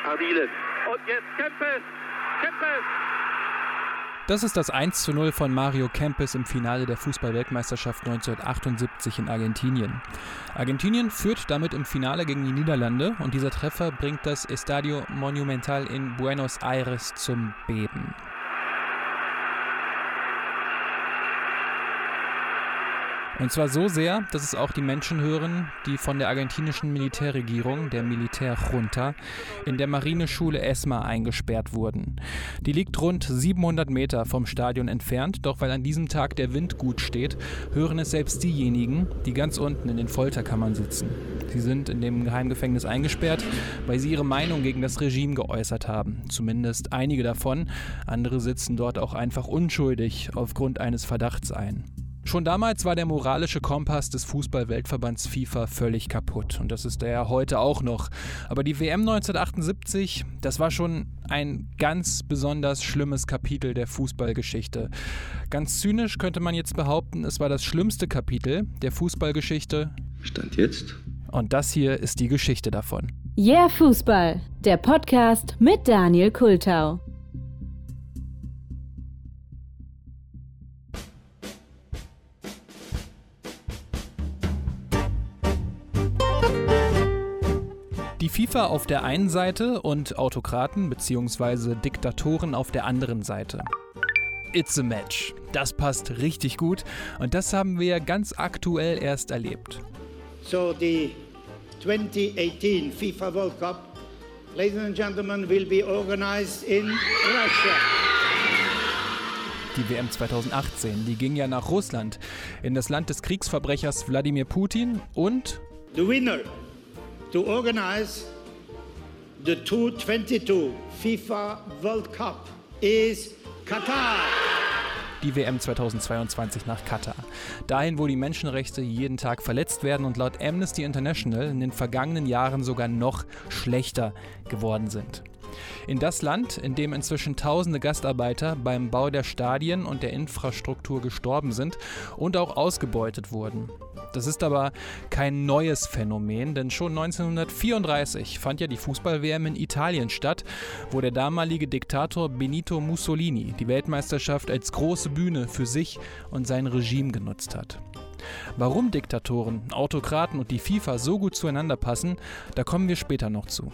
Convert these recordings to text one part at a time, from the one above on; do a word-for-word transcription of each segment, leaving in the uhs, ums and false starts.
Ardiles. Und jetzt Kempes. Kempes. Das ist das eins zu null von Mario Kempes im Finale der Fußball-Weltmeisterschaft neunzehnhundertachtundsiebzig in Argentinien. Argentinien führt damit im Finale gegen die Niederlande und dieser Treffer bringt das Estadio Monumental in Buenos Aires zum Beben. Und zwar so sehr, dass es auch die Menschen hören, die von der argentinischen Militärregierung, der Militärjunta, in der Marineschule ESMA eingesperrt wurden. Die liegt rund siebenhundert Meter vom Stadion entfernt, doch weil an diesem Tag der Wind gut steht, hören es selbst diejenigen, die ganz unten in den Folterkammern sitzen. Sie sind in dem Geheimgefängnis eingesperrt, weil sie ihre Meinung gegen das Regime geäußert haben. Zumindest einige davon. Andere sitzen dort auch einfach unschuldig aufgrund eines Verdachts ein. Schon damals war der moralische Kompass des Fußball-Weltverbands FIFA völlig kaputt. Und das ist er ja heute auch noch. Aber die W M neunzehnhundertachtundsiebzig, das war schon ein ganz besonders schlimmes Kapitel der Fußballgeschichte. Ganz zynisch könnte man jetzt behaupten, es war das schlimmste Kapitel der Fußballgeschichte. Stand jetzt. Und das hier ist die Geschichte davon. Yeah, Fußball, der Podcast mit Daniel Kultau. Die FIFA auf der einen Seite und Autokraten bzw. Diktatoren auf der anderen Seite. It's a match. Das passt richtig gut und das haben wir ganz aktuell erst erlebt. So the twenty eighteen FIFA World Cup, ladies and gentlemen, will be organized in Russia. Die W M zweitausendachtzehn, die ging ja nach Russland, in das Land des Kriegsverbrechers Wladimir Putin und The winner to organize the twenty twenty-two FIFA World Cup is Katar. Die W M zweitausendzweiundzwanzig nach Katar. Dahin, wo die Menschenrechte jeden Tag verletzt werden und laut Amnesty International in den vergangenen Jahren sogar noch schlechter geworden sind. In das Land, in dem inzwischen tausende Gastarbeiter beim Bau der Stadien und der Infrastruktur gestorben sind und auch ausgebeutet wurden. Das ist aber kein neues Phänomen, denn schon neunzehnhundertvierunddreißig fand ja die Fußball-W M in Italien statt, wo der damalige Diktator Benito Mussolini die Weltmeisterschaft als große Bühne für sich und sein Regime genutzt hat. Warum Diktatoren, Autokraten und die FIFA so gut zueinander passen, da kommen wir später noch zu.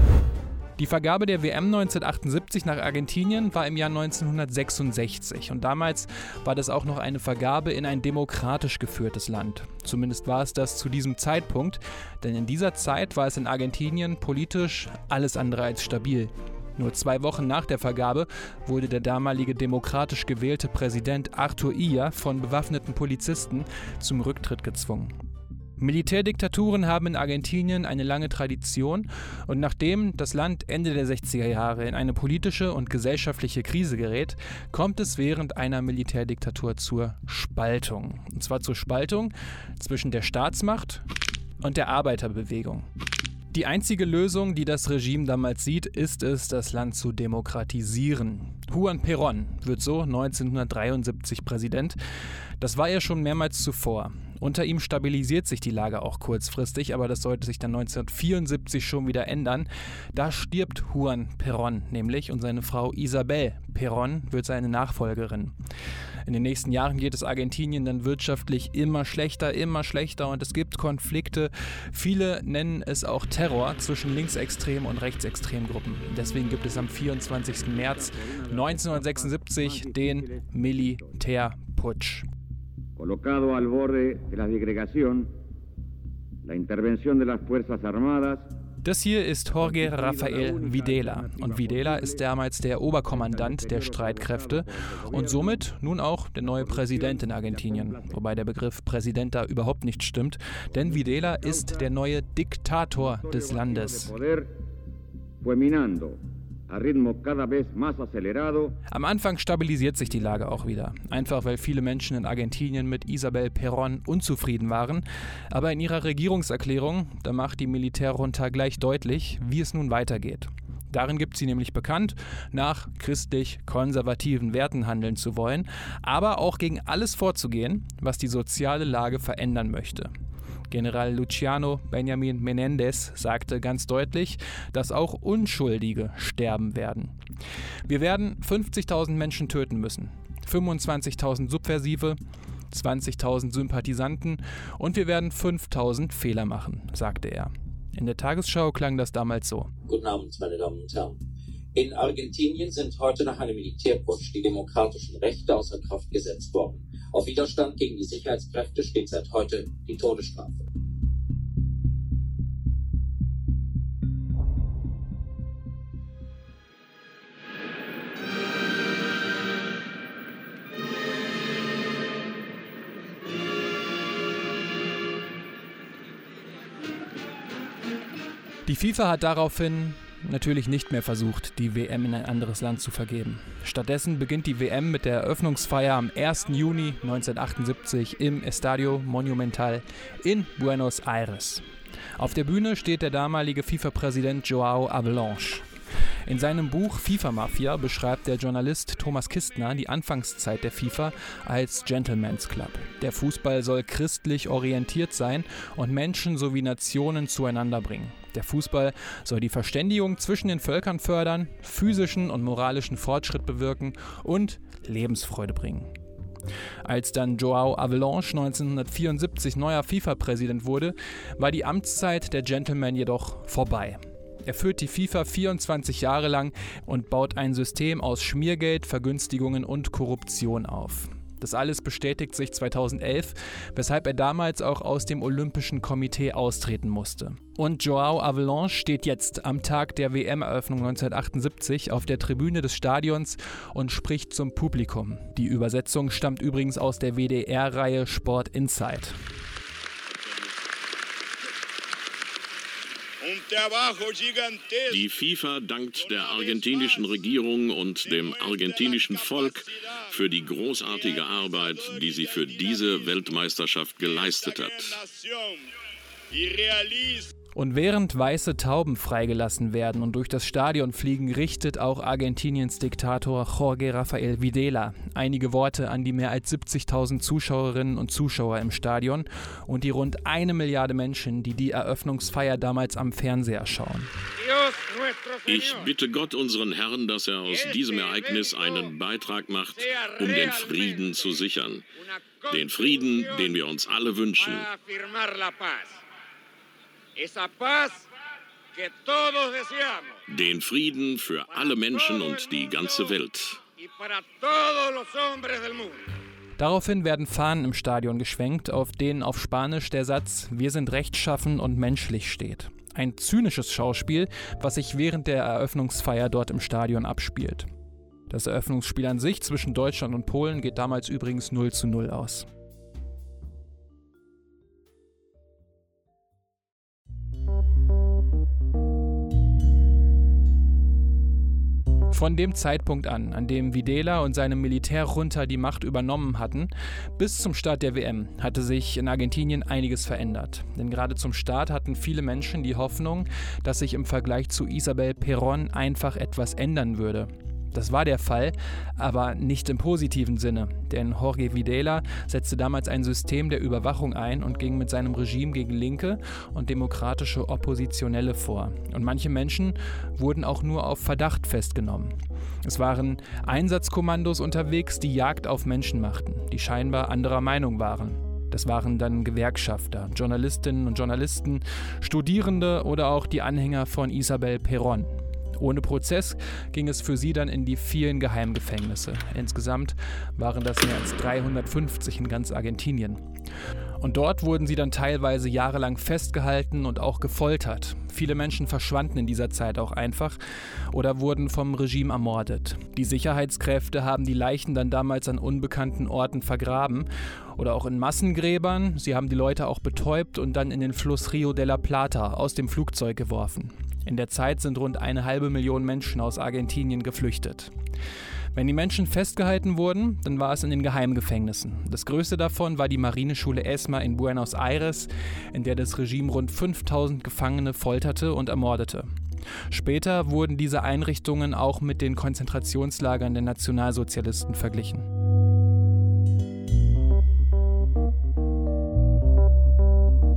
Die Vergabe der W M neunzehnhundertachtundsiebzig nach Argentinien war im Jahr neunzehnhundertsechsundsechzig und damals war das auch noch eine Vergabe in ein demokratisch geführtes Land. Zumindest war es das zu diesem Zeitpunkt, denn in dieser Zeit war es in Argentinien politisch alles andere als stabil. Nur zwei Wochen nach der Vergabe wurde der damalige demokratisch gewählte Präsident Artur Illa von bewaffneten Polizisten zum Rücktritt gezwungen. Militärdiktaturen haben in Argentinien eine lange Tradition und nachdem das Land Ende der sechziger Jahre in eine politische und gesellschaftliche Krise gerät, kommt es während einer Militärdiktatur zur Spaltung. Und zwar zur Spaltung zwischen der Staatsmacht und der Arbeiterbewegung. Die einzige Lösung, die das Regime damals sieht, ist es, das Land zu demokratisieren. Juan Perón wird so neunzehnhundertdreiundsiebzig Präsident. Das war er schon mehrmals zuvor. Unter ihm stabilisiert sich die Lage auch kurzfristig, aber das sollte sich dann neunzehnhundertvierundsiebzig schon wieder ändern. Da stirbt Juan Perón nämlich und seine Frau Isabel Perón wird seine Nachfolgerin. In den nächsten Jahren geht es Argentinien dann wirtschaftlich immer schlechter, immer schlechter und es gibt Konflikte. Viele nennen es auch Terror zwischen Linksextremen und Rechtsextremen Gruppen. Deswegen gibt es am vierundzwanzigsten März neunzehnhundertsechsundsiebzig den Militärputsch. Colocado al borde de la disgregación, la intervención de las Fuerzas Armadas. Das hier ist Jorge Rafael Videla und Videla ist damals der Oberkommandant der Streitkräfte und somit nun auch der neue Präsident in Argentinien, wobei der Begriff Präsident da überhaupt nicht stimmt, denn Videla ist der neue Diktator des Landes. Am Anfang stabilisiert sich die Lage auch wieder, einfach weil viele Menschen in Argentinien mit Isabel Perón unzufrieden waren, aber in ihrer Regierungserklärung, da macht die Militärjunta gleich deutlich, wie es nun weitergeht. Darin gibt sie nämlich bekannt, nach christlich-konservativen Werten handeln zu wollen, aber auch gegen alles vorzugehen, was die soziale Lage verändern möchte. General Luciano Benjamin Menendez sagte ganz deutlich, dass auch Unschuldige sterben werden. Wir werden fünfzigtausend Menschen töten müssen, fünfundzwanzigtausend Subversive, zwanzigtausend Sympathisanten und wir werden fünftausend Fehler machen, sagte er. In der Tagesschau klang das damals so. Guten Abend, meine Damen und Herren. In Argentinien sind heute nach einem Militärputsch die demokratischen Rechte außer Kraft gesetzt worden. Auf Widerstand gegen die Sicherheitskräfte steht seit heute die Todesstrafe. Die FIFA hat daraufhin natürlich nicht mehr versucht, die W M in ein anderes Land zu vergeben. Stattdessen beginnt die W M mit der Eröffnungsfeier am ersten Juni neunzehnhundertachtundsiebzig im Estadio Monumental in Buenos Aires. Auf der Bühne steht der damalige FIFA-Präsident João Havelange. In seinem Buch FIFA Mafia beschreibt der Journalist Thomas Kistner die Anfangszeit der FIFA als Gentleman's Club. Der Fußball soll christlich orientiert sein und Menschen sowie Nationen zueinander bringen. Der Fußball soll die Verständigung zwischen den Völkern fördern, physischen und moralischen Fortschritt bewirken und Lebensfreude bringen. Als dann João Havelange neunzehnhundertvierundsiebzig neuer FIFA-Präsident wurde, war die Amtszeit der Gentlemen jedoch vorbei. Er führt die FIFA vierundzwanzig Jahre lang und baut ein System aus Schmiergeld, Vergünstigungen und Korruption auf. Das alles bestätigt sich zweitausendelf, weshalb er damals auch aus dem Olympischen Komitee austreten musste. Und João Havelange steht jetzt am Tag der W M-Eröffnung neunzehnhundertachtundsiebzig auf der Tribüne des Stadions und spricht zum Publikum. Die Übersetzung stammt übrigens aus der W D R-Reihe Sport Insight. Die FIFA dankt der argentinischen Regierung und dem argentinischen Volk für die großartige Arbeit, die sie für diese Weltmeisterschaft geleistet hat. Und während weiße Tauben freigelassen werden und durch das Stadion fliegen, richtet auch Argentiniens Diktator Jorge Rafael Videla einige Worte an die mehr als siebzigtausend Zuschauerinnen und Zuschauer im Stadion und die rund eine Milliarde Menschen, die die Eröffnungsfeier damals am Fernseher schauen. Ich bitte Gott, unseren Herrn, dass er aus diesem Ereignis einen Beitrag macht, um den Frieden zu sichern. Den Frieden, den wir uns alle wünschen. Den Frieden für alle Menschen und die ganze Welt. Daraufhin werden Fahnen im Stadion geschwenkt, auf denen auf Spanisch der Satz „Wir sind rechtschaffen und menschlich" steht. Ein zynisches Schauspiel, was sich während der Eröffnungsfeier dort im Stadion abspielt. Das Eröffnungsspiel an sich zwischen Deutschland und Polen geht damals übrigens null zu null aus. Von dem Zeitpunkt an, an dem Videla und seine Militärjunta die Macht übernommen hatten, bis zum Start der W M hatte sich in Argentinien einiges verändert. Denn gerade zum Start hatten viele Menschen die Hoffnung, dass sich im Vergleich zu Isabel Perón einfach etwas ändern würde. Das war der Fall, aber nicht im positiven Sinne, denn Jorge Videla setzte damals ein System der Überwachung ein und ging mit seinem Regime gegen linke und demokratische Oppositionelle vor. Und manche Menschen wurden auch nur auf Verdacht festgenommen. Es waren Einsatzkommandos unterwegs, die Jagd auf Menschen machten, die scheinbar anderer Meinung waren. Das waren dann Gewerkschafter, Journalistinnen und Journalisten, Studierende oder auch die Anhänger von Isabel Perón. Ohne Prozess ging es für sie dann in die vielen Geheimgefängnisse. Insgesamt waren das mehr als dreihundertfünfzig in ganz Argentinien. Und dort wurden sie dann teilweise jahrelang festgehalten und auch gefoltert. Viele Menschen verschwanden in dieser Zeit auch einfach oder wurden vom Regime ermordet. Die Sicherheitskräfte haben die Leichen dann damals an unbekannten Orten vergraben oder auch in Massengräbern. Sie haben die Leute auch betäubt und dann in den Fluss Rio de la Plata aus dem Flugzeug geworfen. In der Zeit sind rund eine halbe Million Menschen aus Argentinien geflüchtet. Wenn die Menschen festgehalten wurden, dann war es in den Geheimgefängnissen. Das größte davon war die Marineschule ESMA in Buenos Aires, in der das Regime rund fünftausend Gefangene folterte und ermordete. Später wurden diese Einrichtungen auch mit den Konzentrationslagern der Nationalsozialisten verglichen.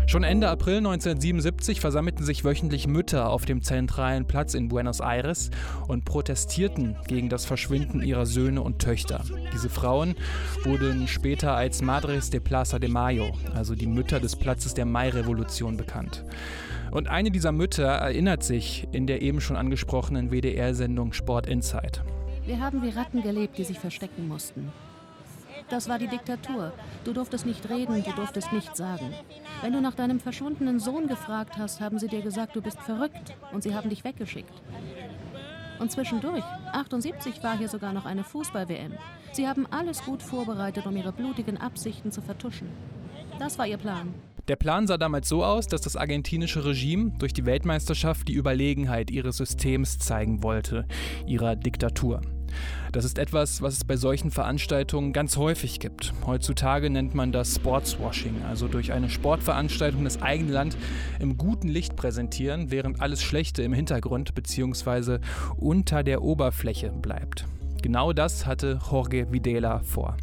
Schon Ende April neunzehnhundertsiebenundsiebzig versammelten sich wöchentlich Mütter auf dem zentralen Platz in Buenos Aires und protestierten gegen das Verschwinden ihrer Söhne und Töchter. Diese Frauen wurden später als Madres de Plaza de Mayo, also die Mütter des Platzes der Mai-Revolution, bekannt. Und eine dieser Mütter erinnert sich in der eben schon angesprochenen W D R-Sendung Sport Insight. Wir haben wie Ratten gelebt, die sich verstecken mussten. Das war die Diktatur. Du durftest nicht reden, du durftest nichts sagen. Wenn du nach deinem verschwundenen Sohn gefragt hast, haben sie dir gesagt, du bist verrückt und sie haben dich weggeschickt. Und zwischendurch, achtundsiebzig war hier sogar noch eine Fußball-W M. Sie haben alles gut vorbereitet, um ihre blutigen Absichten zu vertuschen. Das war ihr Plan. Der Plan sah damals so aus, dass das argentinische Regime durch die Weltmeisterschaft die Überlegenheit ihres Systems zeigen wollte, ihrer Diktatur. Das ist etwas, was es bei solchen Veranstaltungen ganz häufig gibt. Heutzutage nennt man das Sportswashing, also durch eine Sportveranstaltung das eigene Land im guten Licht präsentieren, während alles Schlechte im Hintergrund bzw. unter der Oberfläche bleibt. Genau das hatte Jorge Videla vor.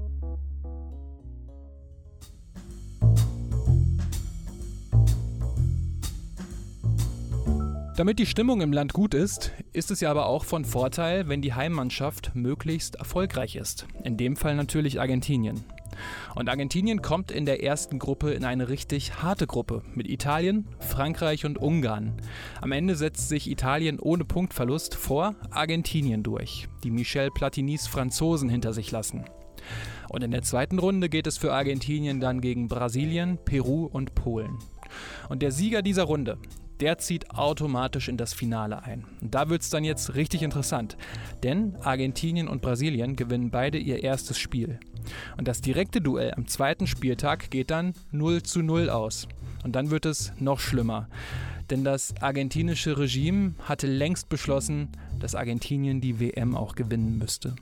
Damit die Stimmung im Land gut ist, ist es ja aber auch von Vorteil, wenn die Heimmannschaft möglichst erfolgreich ist. In dem Fall natürlich Argentinien. Und Argentinien kommt in der ersten Gruppe in eine richtig harte Gruppe mit Italien, Frankreich und Ungarn. Am Ende setzt sich Italien ohne Punktverlust vor Argentinien durch, die Michel Platinis Franzosen hinter sich lassen. Und in der zweiten Runde geht es für Argentinien dann gegen Brasilien, Peru und Polen. Und der Sieger dieser Runde, der zieht automatisch in das Finale ein. Und da wird es dann jetzt richtig interessant, denn Argentinien und Brasilien gewinnen beide ihr erstes Spiel. Und das direkte Duell am zweiten Spieltag geht dann null zu null aus. Und dann wird es noch schlimmer, denn das argentinische Regime hatte längst beschlossen, dass Argentinien die W M auch gewinnen müsste.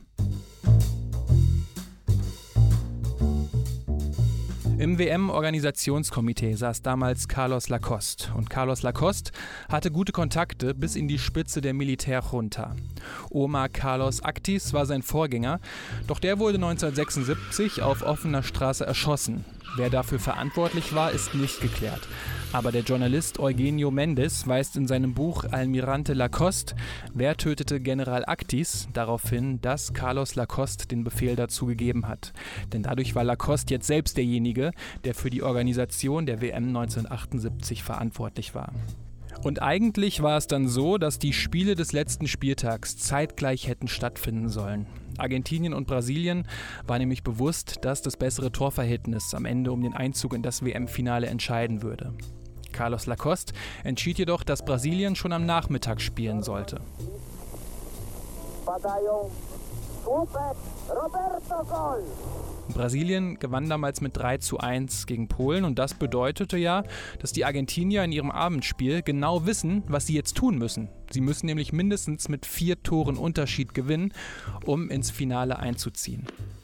Im W M-Organisationskomitee saß damals Carlos Lacoste und Carlos Lacoste hatte gute Kontakte bis in die Spitze der Militärjunta. Omar Carlos Actis war sein Vorgänger, doch der wurde neunzehnhundertsechsundsiebzig auf offener Straße erschossen. Wer dafür verantwortlich war, ist nicht geklärt. Aber der Journalist Eugenio Mendes weist in seinem Buch Almirante Lacoste, wer tötete General Actis, darauf hin, dass Carlos Lacoste den Befehl dazu gegeben hat. Denn dadurch war Lacoste jetzt selbst derjenige, der für die Organisation der W M neunzehnhundertachtundsiebzig verantwortlich war. Und eigentlich war es dann so, dass die Spiele des letzten Spieltags zeitgleich hätten stattfinden sollen. Argentinien und Brasilien war nämlich bewusst, dass das bessere Torverhältnis am Ende um den Einzug in das W M-Finale entscheiden würde. Carlos Lacoste entschied jedoch, dass Brasilien schon am Nachmittag spielen sollte. Brasilien gewann damals mit drei zu eins gegen Polen und das bedeutete ja, dass die Argentinier in ihrem Abendspiel genau wissen, was sie jetzt tun müssen. Sie müssen nämlich mindestens mit vier Toren Unterschied gewinnen, um ins Finale einzuziehen.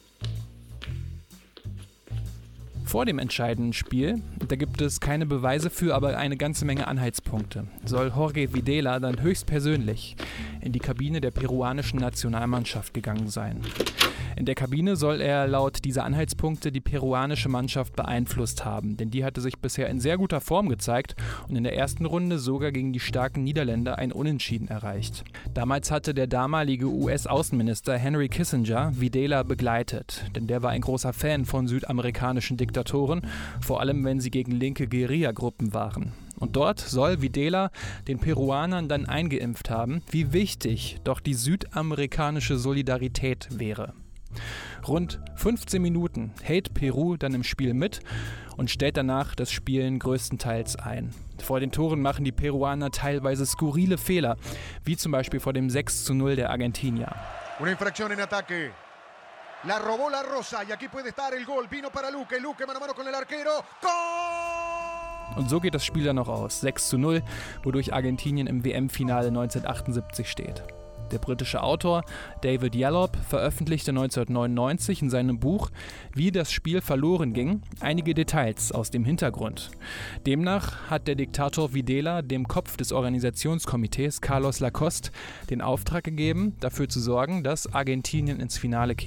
Vor dem entscheidenden Spiel, da gibt es keine Beweise für, aber eine ganze Menge Anhaltspunkte, soll Jorge Videla dann höchstpersönlich in die Kabine der peruanischen Nationalmannschaft gegangen sein. In der Kabine soll er laut dieser Anhaltspunkte die peruanische Mannschaft beeinflusst haben, denn die hatte sich bisher in sehr guter Form gezeigt und in der ersten Runde sogar gegen die starken Niederländer ein Unentschieden erreicht. Damals hatte der damalige U S-Außenminister Henry Kissinger Videla begleitet, denn der war ein großer Fan von südamerikanischen Diktatoren, vor allem wenn sie gegen linke Guerillagruppen waren. Und dort soll Videla den Peruanern dann eingeimpft haben, wie wichtig doch die südamerikanische Solidarität wäre. Rund fünfzehn Minuten hält Peru dann im Spiel mit und stellt danach das Spielen größtenteils ein. Vor den Toren machen die Peruaner teilweise skurrile Fehler, wie zum Beispiel vor dem sechs zu null der Argentinier. Una infracción en ataque. La robó la Rosa y aquí puede estar el gol. Vino para Luque. Luque mano a mano con el arquero. Gol! Und so geht das Spiel dann noch aus. sechs zu null, wodurch Argentinien im W M-Finale neunzehnhundertachtundsiebzig steht. Der britische Autor David Yallop veröffentlichte neunzehnhundertneunundneunzig in seinem Buch Wie das Spiel verloren ging einige Details aus dem Hintergrund. Demnach hat der Diktator Videla dem Kopf des Organisationskomitees Carlos Lacoste den Auftrag gegeben, dafür zu sorgen, dass Argentinien ins Finale käme.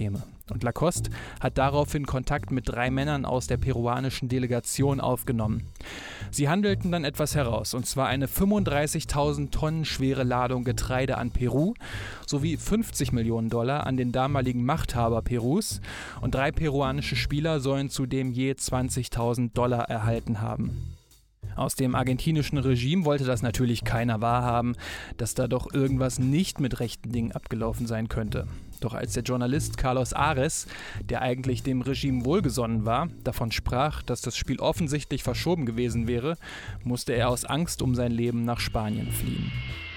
Und Lacoste hat daraufhin Kontakt mit drei Männern aus der peruanischen Delegation aufgenommen. Sie handelten dann etwas heraus, und zwar eine fünfunddreißigtausend Tonnen schwere Ladung Getreide an Peru sowie fünfzig Millionen Dollar an den damaligen Machthaber Perus, und drei peruanische Spieler sollen zudem je zwanzigtausend Dollar erhalten haben. Aus dem argentinischen Regime wollte das natürlich keiner wahrhaben, dass da doch irgendwas nicht mit rechten Dingen abgelaufen sein könnte. Doch als der Journalist Carlos Ares, der eigentlich dem Regime wohlgesonnen war, davon sprach, dass das Spiel offensichtlich verschoben gewesen wäre, musste er aus Angst um sein Leben nach Spanien fliehen.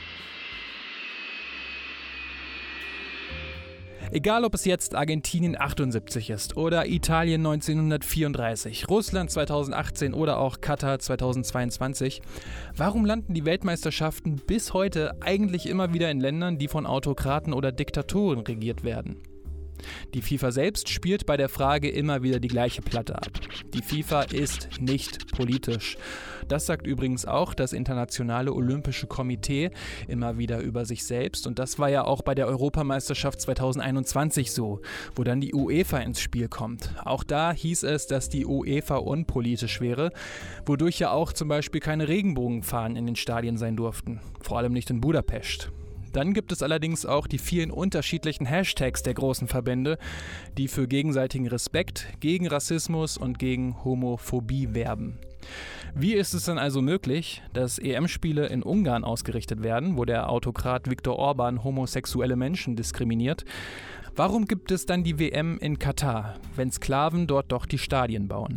Egal, ob es jetzt Argentinien achtundsiebzig ist oder Italien neunzehnhundertvierunddreißig, Russland zweitausendachtzehn oder auch Katar zweitausendzweiundzwanzig, warum landen die Weltmeisterschaften bis heute eigentlich immer wieder in Ländern, die von Autokraten oder Diktatoren regiert werden? Die FIFA selbst spielt bei der Frage immer wieder die gleiche Platte ab. Die FIFA ist nicht politisch. Das sagt übrigens auch das Internationale Olympische Komitee immer wieder über sich selbst. Und das war ja auch bei der Europameisterschaft zweitausendeinundzwanzig so, wo dann die UEFA ins Spiel kommt. Auch da hieß es, dass die UEFA unpolitisch wäre, wodurch ja auch zum Beispiel keine Regenbogenfahnen in den Stadien sein durften. Vor allem nicht in Budapest. Dann gibt es allerdings auch die vielen unterschiedlichen Hashtags der großen Verbände, die für gegenseitigen Respekt, gegen Rassismus und gegen Homophobie werben. Wie ist es dann also möglich, dass E M-Spiele in Ungarn ausgerichtet werden, wo der Autokrat Viktor Orban homosexuelle Menschen diskriminiert? Warum gibt es dann die W M in Katar, wenn Sklaven dort doch die Stadien bauen?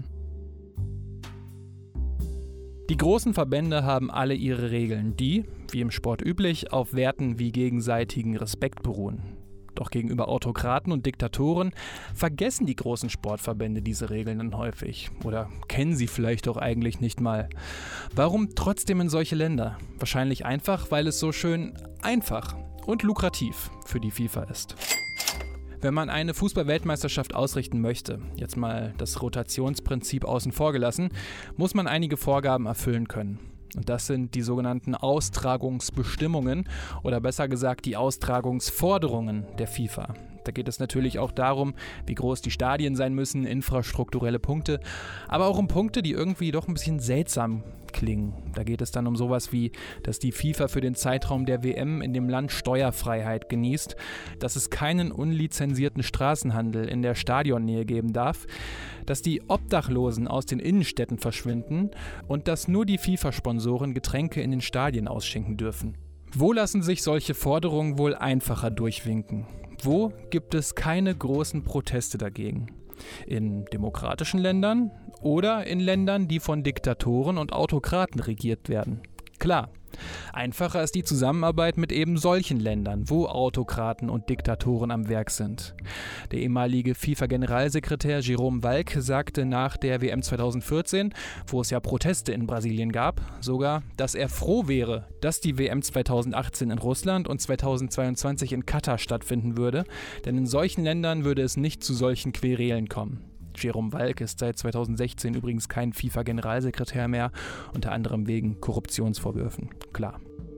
Die großen Verbände haben alle ihre Regeln, die, wie im Sport üblich, auf Werten wie gegenseitigen Respekt beruhen. Doch gegenüber Autokraten und Diktatoren vergessen die großen Sportverbände diese Regeln dann häufig. Oder kennen sie vielleicht auch eigentlich nicht mal. Warum trotzdem in solche Länder? Wahrscheinlich einfach, weil es so schön einfach und lukrativ für die FIFA ist. Wenn man eine Fußball-Weltmeisterschaft ausrichten möchte, jetzt mal das Rotationsprinzip außen vor gelassen, muss man einige Vorgaben erfüllen können. Und das sind die sogenannten Austragungsbestimmungen oder besser gesagt die Austragungsforderungen der FIFA. Da geht es natürlich auch darum, wie groß die Stadien sein müssen, infrastrukturelle Punkte, aber auch um Punkte, die irgendwie doch ein bisschen seltsam klingen. Da geht es dann um sowas wie, dass die FIFA für den Zeitraum der W M in dem Land Steuerfreiheit genießt, dass es keinen unlizenzierten Straßenhandel in der Stadionnähe geben darf, dass die Obdachlosen aus den Innenstädten verschwinden und dass nur die FIFA-Sponsoren Getränke in den Stadien ausschenken dürfen. Wo lassen sich solche Forderungen wohl einfacher durchwinken? Wo gibt es keine großen Proteste dagegen? In demokratischen Ländern oder in Ländern, die von Diktatoren und Autokraten regiert werden? Klar, einfacher ist die Zusammenarbeit mit eben solchen Ländern, wo Autokraten und Diktatoren am Werk sind. Der ehemalige FIFA-Generalsekretär Jerome Valcke sagte nach der W M zweitausendvierzehn, wo es ja Proteste in Brasilien gab, sogar, dass er froh wäre, dass die W M zweitausendachtzehn in Russland und zweitausendzweiundzwanzig in Katar stattfinden würde, denn in solchen Ländern würde es nicht zu solchen Querelen kommen. Jerome Valcke ist seit zweitausendsechzehn übrigens kein FIFA-Generalsekretär mehr, unter anderem wegen Korruptionsvorwürfen. Klar.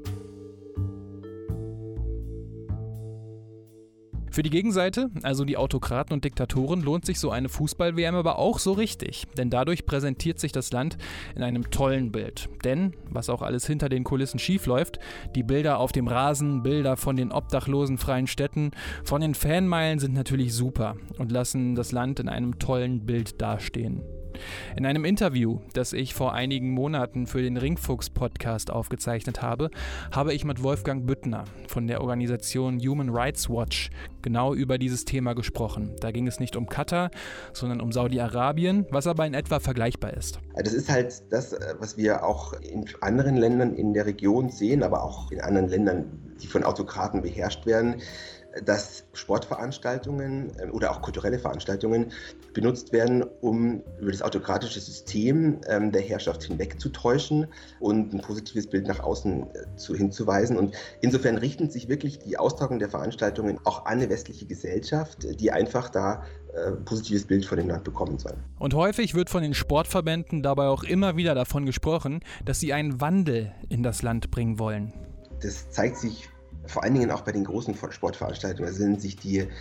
Für die Gegenseite, also die Autokraten und Diktatoren, lohnt sich so eine Fußball-W M aber auch so richtig. Denn dadurch präsentiert sich das Land in einem tollen Bild. Denn, was auch alles hinter den Kulissen schiefläuft, die Bilder auf dem Rasen, Bilder von den obdachlosen freien Städten, von den Fanmeilen sind natürlich super und lassen das Land in einem tollen Bild dastehen. In einem Interview, das ich vor einigen Monaten für den Ringfuchs-Podcast aufgezeichnet habe, habe ich mit Wolfgang Büttner von der Organisation Human Rights Watch genau über dieses Thema gesprochen. Da ging es nicht um Katar, sondern um Saudi-Arabien, was aber in etwa vergleichbar ist. Das ist halt das, was wir auch in anderen Ländern in der Region sehen, aber auch in anderen Ländern, die von Autokraten beherrscht werden, dass Sportveranstaltungen oder auch kulturelle Veranstaltungen benutzt werden, um über das autokratische System ähm, der Herrschaft hinwegzutäuschen und ein positives Bild nach außen äh, zu, hinzuweisen. Und insofern richten sich wirklich die Austragung der Veranstaltungen auch an eine westliche Gesellschaft, die einfach da äh, ein positives Bild von dem Land bekommen soll. Und häufig wird von den Sportverbänden dabei auch immer wieder davon gesprochen, dass sie einen Wandel in das Land bringen wollen. Das zeigt sich vor allen Dingen auch bei den großen Sportveranstaltungen. Da sind sich die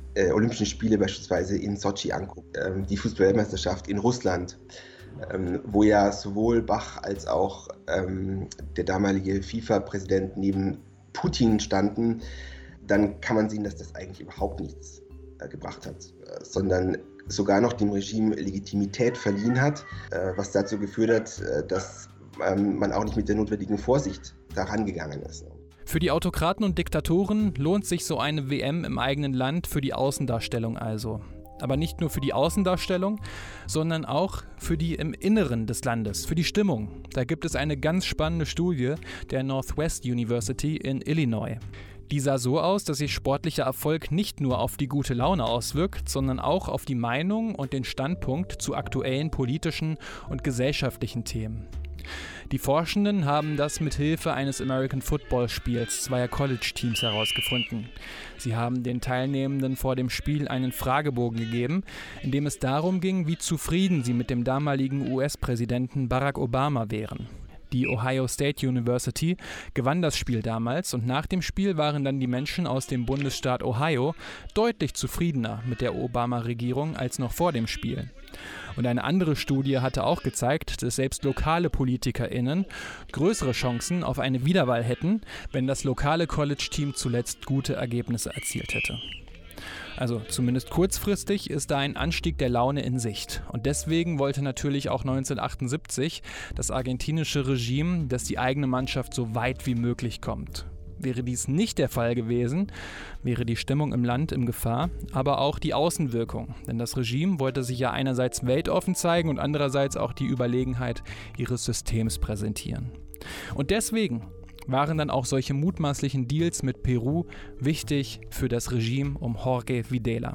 äh, Olympischen Spiele beispielsweise in Sotschi anguckt, ähm, die Fußball-Weltmeisterschaft in Russland, ähm, wo ja sowohl Bach als auch ähm, der damalige FIFA-Präsident neben Putin standen, dann kann man sehen, dass das eigentlich überhaupt nichts äh, gebracht hat, äh, sondern sogar noch dem Regime Legitimität verliehen hat, äh, was dazu geführt hat, äh, dass ähm, man auch nicht mit der notwendigen Vorsicht daran gegangen ist. Für die Autokraten und Diktatoren lohnt sich so eine W M im eigenen Land für die Außendarstellung also. Aber nicht nur für die Außendarstellung, sondern auch für die im Inneren des Landes, für die Stimmung. Da gibt es eine ganz spannende Studie der Northwest University in Illinois. Die sah so aus, dass sich sportlicher Erfolg nicht nur auf die gute Laune auswirkt, sondern auch auf die Meinung und den Standpunkt zu aktuellen politischen und gesellschaftlichen Themen. Die Forschenden haben das mit Hilfe eines American Football Spiels zweier College-Teams herausgefunden. Sie haben den Teilnehmenden vor dem Spiel einen Fragebogen gegeben, in dem es darum ging, wie zufrieden sie mit dem damaligen U S-Präsidenten Barack Obama wären. Die Ohio State University gewann das Spiel damals und nach dem Spiel waren dann die Menschen aus dem Bundesstaat Ohio deutlich zufriedener mit der Obama-Regierung als noch vor dem Spiel. Und eine andere Studie hatte auch gezeigt, dass selbst lokale PolitikerInnen größere Chancen auf eine Wiederwahl hätten, wenn das lokale College-Team zuletzt gute Ergebnisse erzielt hätte. Also zumindest kurzfristig ist da ein Anstieg der Laune in Sicht. Und deswegen wollte natürlich auch neunzehnhundertachtundsiebzig das argentinische Regime, dass die eigene Mannschaft so weit wie möglich kommt. Wäre dies nicht der Fall gewesen, wäre die Stimmung im Land in Gefahr, aber auch die Außenwirkung. Denn das Regime wollte sich ja einerseits weltoffen zeigen und andererseits auch die Überlegenheit ihres Systems präsentieren. Und deswegen waren dann auch solche mutmaßlichen Deals mit Peru wichtig für das Regime um Jorge Videla.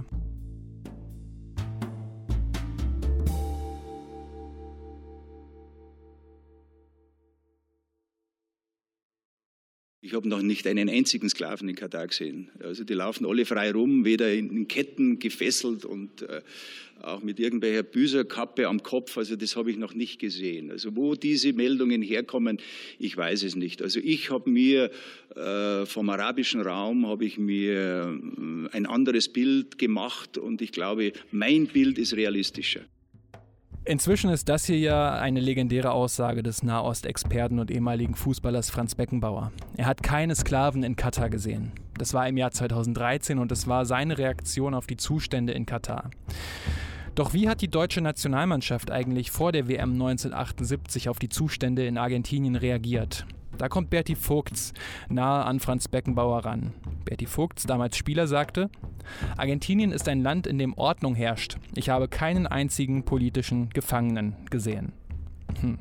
Ich habe noch nicht einen einzigen Sklaven in Katar gesehen. Also die laufen alle frei rum, weder in Ketten gefesselt und äh, auch mit irgendwelcher Büßerkappe am Kopf. Also das habe ich noch nicht gesehen. Also wo diese Meldungen herkommen, ich weiß es nicht. Also ich habe mir äh, vom arabischen Raum habe ich mir äh, ein anderes Bild gemacht und ich glaube, mein Bild ist realistischer. Inzwischen ist das hier ja eine legendäre Aussage des Nahostexperten und ehemaligen Fußballers Franz Beckenbauer. Er hat keine Sklaven in Katar gesehen. Das war im Jahr zweitausenddreizehn und es war seine Reaktion auf die Zustände in Katar. Doch wie hat die deutsche Nationalmannschaft eigentlich vor der W M neunzehnhundertachtundsiebzig auf die Zustände in Argentinien reagiert? Da kommt Berti Vogts nahe an Franz Beckenbauer ran. Berti Vogts, damals Spieler, sagte: Argentinien ist ein Land, in dem Ordnung herrscht. Ich habe keinen einzigen politischen Gefangenen gesehen. Hm.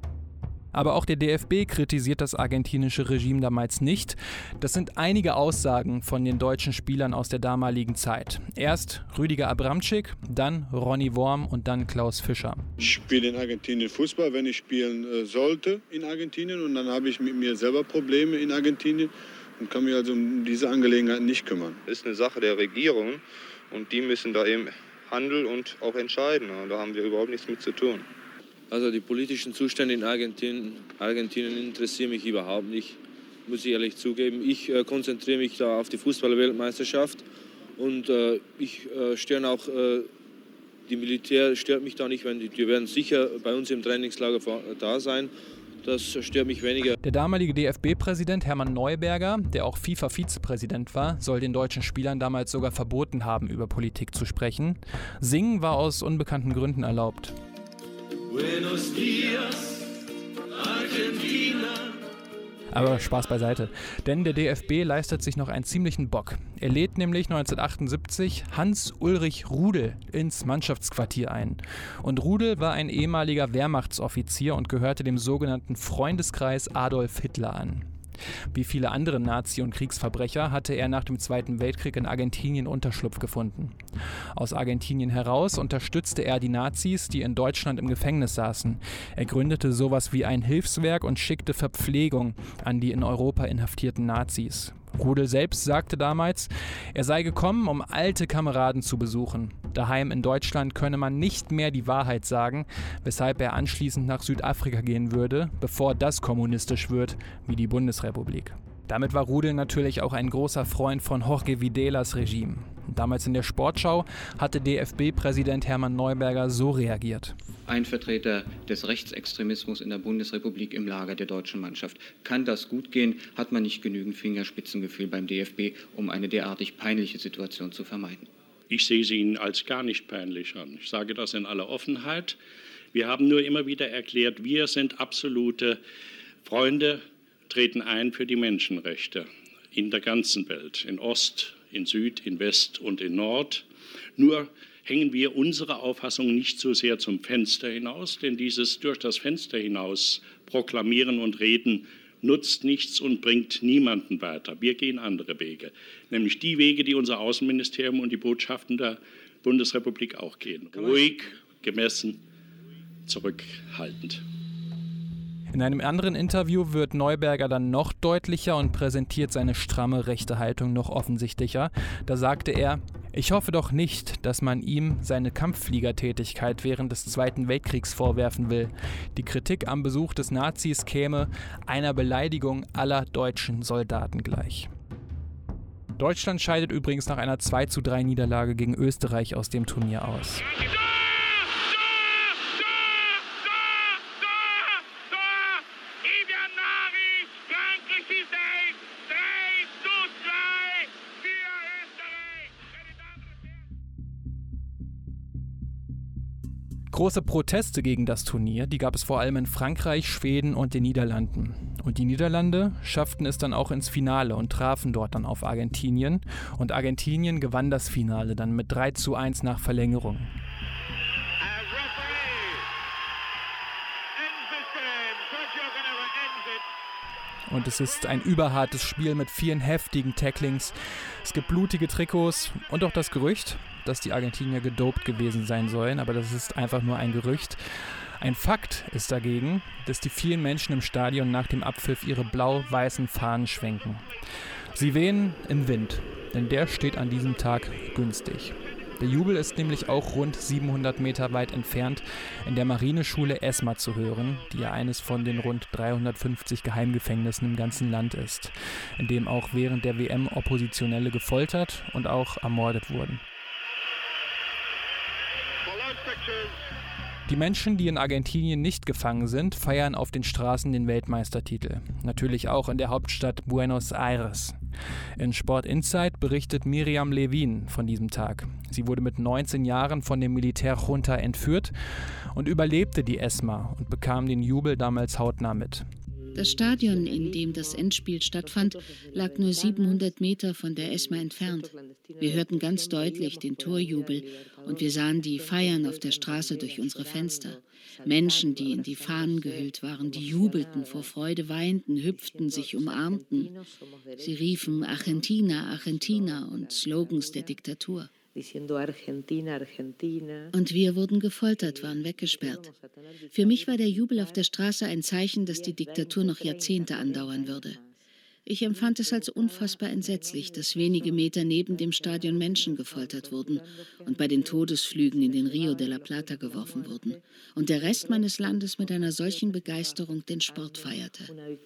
Aber auch der D F B kritisiert das argentinische Regime damals nicht. Das sind einige Aussagen von den deutschen Spielern aus der damaligen Zeit. Erst Rüdiger Abramczyk, dann Ronny Worm und dann Klaus Fischer. Ich spiele in Argentinien Fußball, wenn ich spielen äh, sollte in Argentinien. Und dann habe ich mit mir selber Probleme in Argentinien und kann mich also um diese Angelegenheit nicht kümmern. Das ist eine Sache der Regierung und die müssen da eben handeln und auch entscheiden. Und da haben wir überhaupt nichts mit zu tun. Also die politischen Zustände in Argentinien, Argentinien interessieren mich überhaupt nicht, muss ich ehrlich zugeben. Ich äh, konzentriere mich da auf die Fußball-Weltmeisterschaft und äh, ich äh, störe auch, äh, die Militär stört mich da nicht, wenn die, die werden sicher bei uns im Trainingslager da sein. Das stört mich weniger. Der damalige D F B-Präsident Hermann Neuberger, der auch FIFA-Vizepräsident war, soll den deutschen Spielern damals sogar verboten haben, über Politik zu sprechen. Singen war aus unbekannten Gründen erlaubt. Buenos dias, Argentina. Aber Spaß beiseite, denn der D F B leistet sich noch einen ziemlichen Bock. Er lädt nämlich neunzehnhundertachtundsiebzig Hans-Ulrich Rudel ins Mannschaftsquartier ein. Und Rudel war ein ehemaliger Wehrmachtsoffizier und gehörte dem sogenannten Freundeskreis Adolf Hitler an. Wie viele andere Nazi- und Kriegsverbrecher hatte er nach dem Zweiten Weltkrieg in Argentinien Unterschlupf gefunden. Aus Argentinien heraus unterstützte er die Nazis, die in Deutschland im Gefängnis saßen. Er gründete sowas wie ein Hilfswerk und schickte Verpflegung an die in Europa inhaftierten Nazis. Rudel selbst sagte damals, er sei gekommen, um alte Kameraden zu besuchen. Daheim in Deutschland könne man nicht mehr die Wahrheit sagen, weshalb er anschließend nach Südafrika gehen würde, bevor das kommunistisch wird wie die Bundesrepublik. Damit war Rudel natürlich auch ein großer Freund von Jorge Videlas Regime. Damals in der Sportschau hatte D F B-Präsident Hermann Neuberger so reagiert. Ein Vertreter des Rechtsextremismus in der Bundesrepublik im Lager der deutschen Mannschaft. Kann das gut gehen? Hat man nicht genügend Fingerspitzengefühl beim D F B, um eine derartig peinliche Situation zu vermeiden? Ich sehe sie Ihnen als gar nicht peinlich an. Ich sage das in aller Offenheit. Wir haben nur immer wieder erklärt, wir sind absolute Freunde, treten ein für die Menschenrechte in der ganzen Welt, in Ost, in Süd, in West und in Nord. Nur hängen wir unsere Auffassung nicht so sehr zum Fenster hinaus, denn dieses durch das Fenster hinaus proklamieren und reden nutzt nichts und bringt niemanden weiter. Wir gehen andere Wege, nämlich die Wege, die unser Außenministerium und die Botschaften der Bundesrepublik auch gehen. Ruhig, gemessen, zurückhaltend. In einem anderen Interview wird Neuberger dann noch deutlicher und präsentiert seine stramme rechte Haltung noch offensichtlicher. Da sagte er: Ich hoffe doch nicht, dass man ihm seine Kampffliegertätigkeit während des Zweiten Weltkriegs vorwerfen will. Die Kritik am Besuch des Nazis käme einer Beleidigung aller deutschen Soldaten gleich. Deutschland scheidet übrigens nach einer zwei zu drei Niederlage gegen Österreich aus dem Turnier aus. Große Proteste gegen das Turnier, die gab es vor allem in Frankreich, Schweden und den Niederlanden. Und die Niederlande schafften es dann auch ins Finale und trafen dort dann auf Argentinien. Und Argentinien gewann das Finale dann mit drei zu eins nach Verlängerung. Und es ist ein überhartes Spiel mit vielen heftigen Tacklings. Es gibt blutige Trikots und auch das Gerücht, dass die Argentinier gedopt gewesen sein sollen. Aber das ist einfach nur ein Gerücht. Ein Fakt ist dagegen, dass die vielen Menschen im Stadion nach dem Abpfiff ihre blau-weißen Fahnen schwenken. Sie wehen im Wind, denn der steht an diesem Tag günstig. Der Jubel ist nämlich auch rund siebenhundert Meter weit entfernt in der Marineschule ESMA zu hören, die ja eines von den rund dreihundertfünfzig Geheimgefängnissen im ganzen Land ist, in dem auch während der W M Oppositionelle gefoltert und auch ermordet wurden. Die Menschen, die in Argentinien nicht gefangen sind, feiern auf den Straßen den Weltmeistertitel. Natürlich auch in der Hauptstadt Buenos Aires. In Sport Insight berichtet Miriam Levin von diesem Tag. Sie wurde mit neunzehn Jahren von der Militärjunta entführt und überlebte die ESMA und bekam den Jubel damals hautnah mit. Das Stadion, in dem das Endspiel stattfand, lag nur siebenhundert Meter von der ESMA entfernt. Wir hörten ganz deutlich den Torjubel und wir sahen die Feiern auf der Straße durch unsere Fenster. Menschen, die in die Fahnen gehüllt waren, die jubelten, vor Freude weinten, hüpften, sich umarmten. Sie riefen Argentina, Argentina und Slogans der Diktatur. Und wir wurden gefoltert, waren weggesperrt. Für mich war der Jubel auf der Straße ein Zeichen, dass die Diktatur noch Jahrzehnte andauern würde. Ich empfand es als unfassbar entsetzlich, dass wenige Meter neben dem Stadion Menschen gefoltert wurden und bei den Todesflügen in den Rio de la Plata geworfen wurden und der Rest meines Landes mit einer solchen Begeisterung den Sport feierte.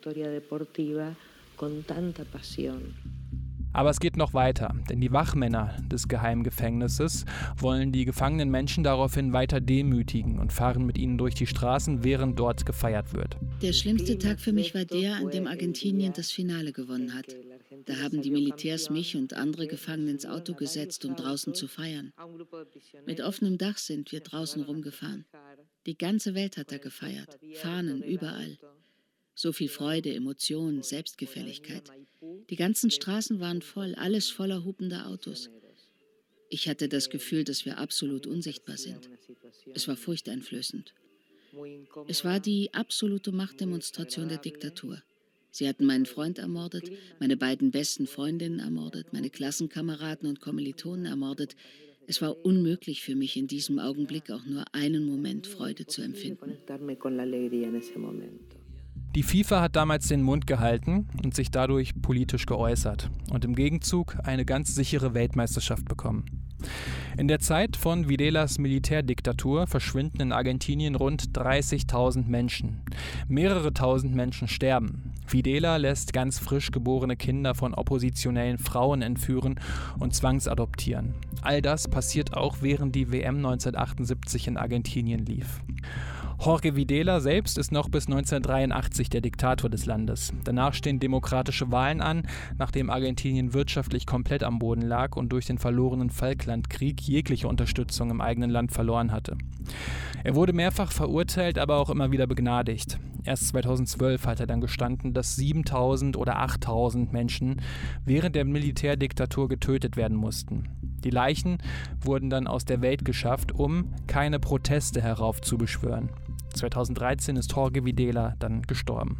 Aber es geht noch weiter, denn die Wachmänner des Geheimgefängnisses wollen die gefangenen Menschen daraufhin weiter demütigen und fahren mit ihnen durch die Straßen, während dort gefeiert wird. Der schlimmste Tag für mich war der, an dem Argentinien das Finale gewonnen hat. Da haben die Militärs mich und andere Gefangene ins Auto gesetzt, um draußen zu feiern. Mit offenem Dach sind wir draußen rumgefahren. Die ganze Welt hat da gefeiert, Fahnen überall. So viel Freude, Emotion, Selbstgefälligkeit. Die ganzen Straßen waren voll, alles voller hupender Autos. Ich hatte das Gefühl, dass wir absolut unsichtbar sind. Es war furchteinflößend. Es war die absolute Machtdemonstration der Diktatur. Sie hatten meinen Freund ermordet, meine beiden besten Freundinnen ermordet, meine Klassenkameraden und Kommilitonen ermordet. Es war unmöglich für mich, in diesem Augenblick auch nur einen Moment Freude zu empfinden. Die FIFA hat damals den Mund gehalten und sich dadurch politisch geäußert und im Gegenzug eine ganz sichere Weltmeisterschaft bekommen. In der Zeit von Videlas Militärdiktatur verschwinden in Argentinien rund dreißigtausend Menschen. Mehrere tausend Menschen sterben. Videla lässt ganz frisch geborene Kinder von oppositionellen Frauen entführen und zwangsadoptieren. All das passiert auch, während die W M neunzehnhundertachtundsiebzig in Argentinien lief. Jorge Videla selbst ist noch bis neunzehnhundertdreiundachtzig der Diktator des Landes. Danach stehen demokratische Wahlen an, nachdem Argentinien wirtschaftlich komplett am Boden lag und durch den verlorenen Falklandkrieg jegliche Unterstützung im eigenen Land verloren hatte. Er wurde mehrfach verurteilt, aber auch immer wieder begnadigt. Erst zweitausendzwölf hat er dann gestanden, dass siebentausend oder achttausend Menschen während der Militärdiktatur getötet werden mussten. Die Leichen wurden dann aus der Welt geschafft, um keine Proteste heraufzubeschwören. zweitausenddreizehn ist Jorge Videla dann gestorben.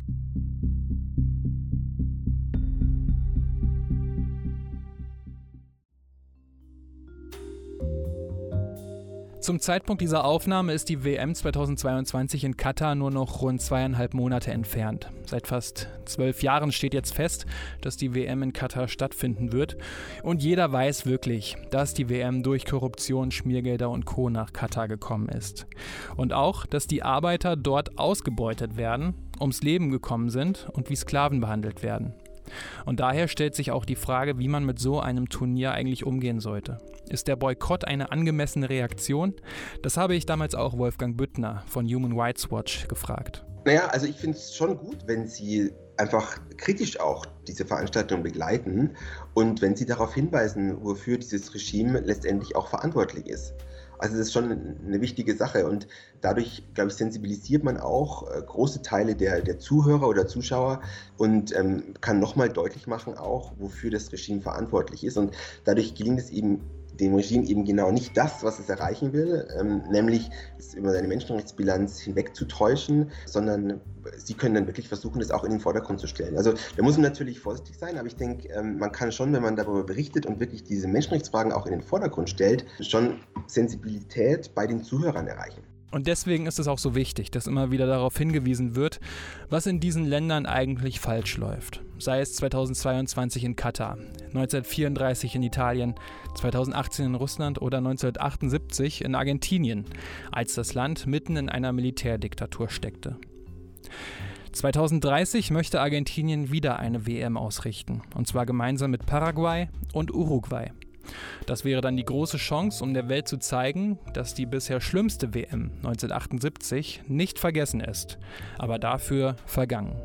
Zum Zeitpunkt dieser Aufnahme ist die W M zweitausendzweiundzwanzig in Katar nur noch rund zweieinhalb Monate entfernt. Seit fast zwölf Jahren steht jetzt fest, dass die W M in Katar stattfinden wird. Und jeder weiß wirklich, dass die W M durch Korruption, Schmiergelder und Co. nach Katar gekommen ist. Und auch, dass die Arbeiter dort ausgebeutet werden, ums Leben gekommen sind und wie Sklaven behandelt werden. Und daher stellt sich auch die Frage, wie man mit so einem Turnier eigentlich umgehen sollte. Ist der Boykott eine angemessene Reaktion? Das habe ich damals auch Wolfgang Büttner von Human Rights Watch gefragt. Naja, also ich finde es schon gut, wenn Sie einfach kritisch auch diese Veranstaltung begleiten und wenn Sie darauf hinweisen, wofür dieses Regime letztendlich auch verantwortlich ist. Also das ist schon eine wichtige Sache und dadurch, glaube ich, sensibilisiert man auch äh, große Teile der, der Zuhörer oder Zuschauer und ähm, kann nochmal deutlich machen auch, wofür das Regime verantwortlich ist und dadurch gelingt es eben dem Regime eben genau nicht das, was es erreichen will, ähm, nämlich es über seine Menschenrechtsbilanz hinwegzutäuschen, sondern sie können dann wirklich versuchen, das auch in den Vordergrund zu stellen. Also da muss man natürlich vorsichtig sein, aber ich denke, ähm, man kann schon, wenn man darüber berichtet und wirklich diese Menschenrechtsfragen auch in den Vordergrund stellt, schon Sensibilität bei den Zuhörern erreichen. Und deswegen ist es auch so wichtig, dass immer wieder darauf hingewiesen wird, was in diesen Ländern eigentlich falsch läuft. Sei es zweitausendzweiundzwanzig in Katar, neunzehnhundertvierunddreißig in Italien, zweitausendachtzehn in Russland oder neunzehnhundertachtundsiebzig in Argentinien, als das Land mitten in einer Militärdiktatur steckte. zweitausenddreißig möchte Argentinien wieder eine W M ausrichten, und zwar gemeinsam mit Paraguay und Uruguay. Das wäre dann die große Chance, um der Welt zu zeigen, dass die bisher schlimmste W M neunzehnhundertachtundsiebzig nicht vergessen ist, aber dafür vergangen.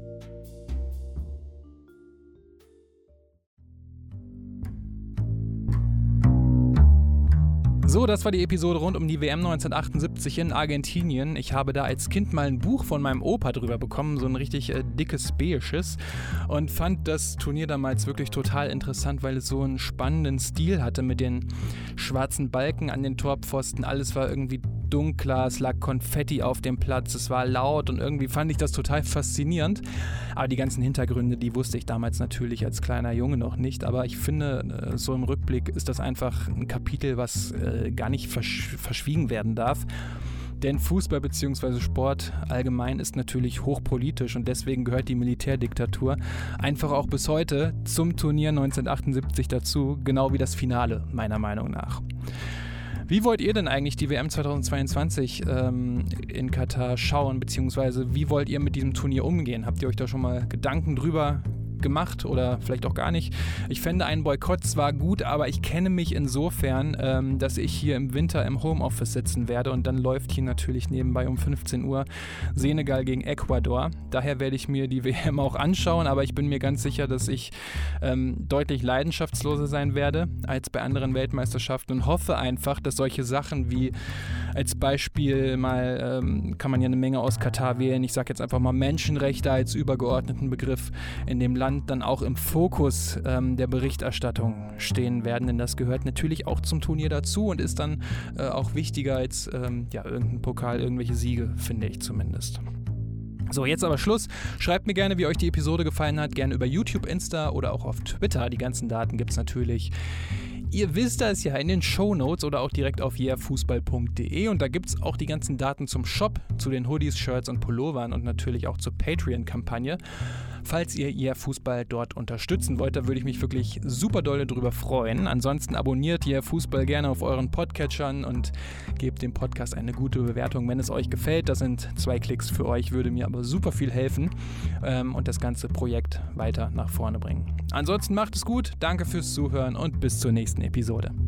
So, das war die Episode rund um die W M neunzehnhundertachtundsiebzig in Argentinien. Ich habe da als Kind mal ein Buch von meinem Opa drüber bekommen, so ein richtig äh, dickes beiges, und fand das Turnier damals wirklich total interessant, weil es so einen spannenden Stil hatte mit den schwarzen Balken an den Torpfosten. Alles war irgendwie dunkler, es lag Konfetti auf dem Platz, es war laut und irgendwie fand ich das total faszinierend. Aber die ganzen Hintergründe, die wusste ich damals natürlich als kleiner Junge noch nicht. Aber ich finde, so im Rückblick ist das einfach ein Kapitel, was äh, gar nicht versch- verschwiegen werden darf. Denn Fußball bzw. Sport allgemein ist natürlich hochpolitisch und deswegen gehört die Militärdiktatur einfach auch bis heute zum Turnier neunzehnhundertachtundsiebzig dazu, genau wie das Finale, meiner Meinung nach. Wie wollt ihr denn eigentlich die W M zweitausendzweiundzwanzig ähm, in Katar schauen, beziehungsweise wie wollt ihr mit diesem Turnier umgehen? Habt ihr euch da schon mal Gedanken drüber gemacht oder vielleicht auch gar nicht? Ich fände einen Boykott zwar gut, aber ich kenne mich insofern, ähm, dass ich hier im Winter im Homeoffice sitzen werde und dann läuft hier natürlich nebenbei um fünfzehn Uhr Senegal gegen Ecuador. Daher werde ich mir die W M auch anschauen, aber ich bin mir ganz sicher, dass ich ähm, deutlich leidenschaftsloser sein werde als bei anderen Weltmeisterschaften und hoffe einfach, dass solche Sachen wie als Beispiel mal, ähm, kann man ja eine Menge aus Katar wählen, ich sage jetzt einfach mal Menschenrechte als übergeordneten Begriff in dem Land dann auch im Fokus ähm, der Berichterstattung stehen werden, denn das gehört natürlich auch zum Turnier dazu und ist dann äh, auch wichtiger als ähm, ja, irgendein Pokal, irgendwelche Siege, finde ich zumindest. So, jetzt aber Schluss. Schreibt mir gerne, wie euch die Episode gefallen hat, gerne über YouTube, Insta oder auch auf Twitter. Die ganzen Daten gibt es natürlich. Ihr wisst das ja in den Shownotes oder auch direkt auf yeahfußball punkt de und da gibt es auch die ganzen Daten zum Shop, zu den Hoodies, Shirts und Pullovern und natürlich auch zur Patreon-Kampagne. falls ihr ihr Fußball dort unterstützen wollt. Da würde ich mich wirklich super doll drüber freuen. Ansonsten abonniert ihr Fußball gerne auf euren Podcatchern und gebt dem Podcast eine gute Bewertung, wenn es euch gefällt. Das sind zwei Klicks für euch, würde mir aber super viel helfen ähm, und das ganze Projekt weiter nach vorne bringen. Ansonsten macht es gut, danke fürs Zuhören und bis zur nächsten Episode.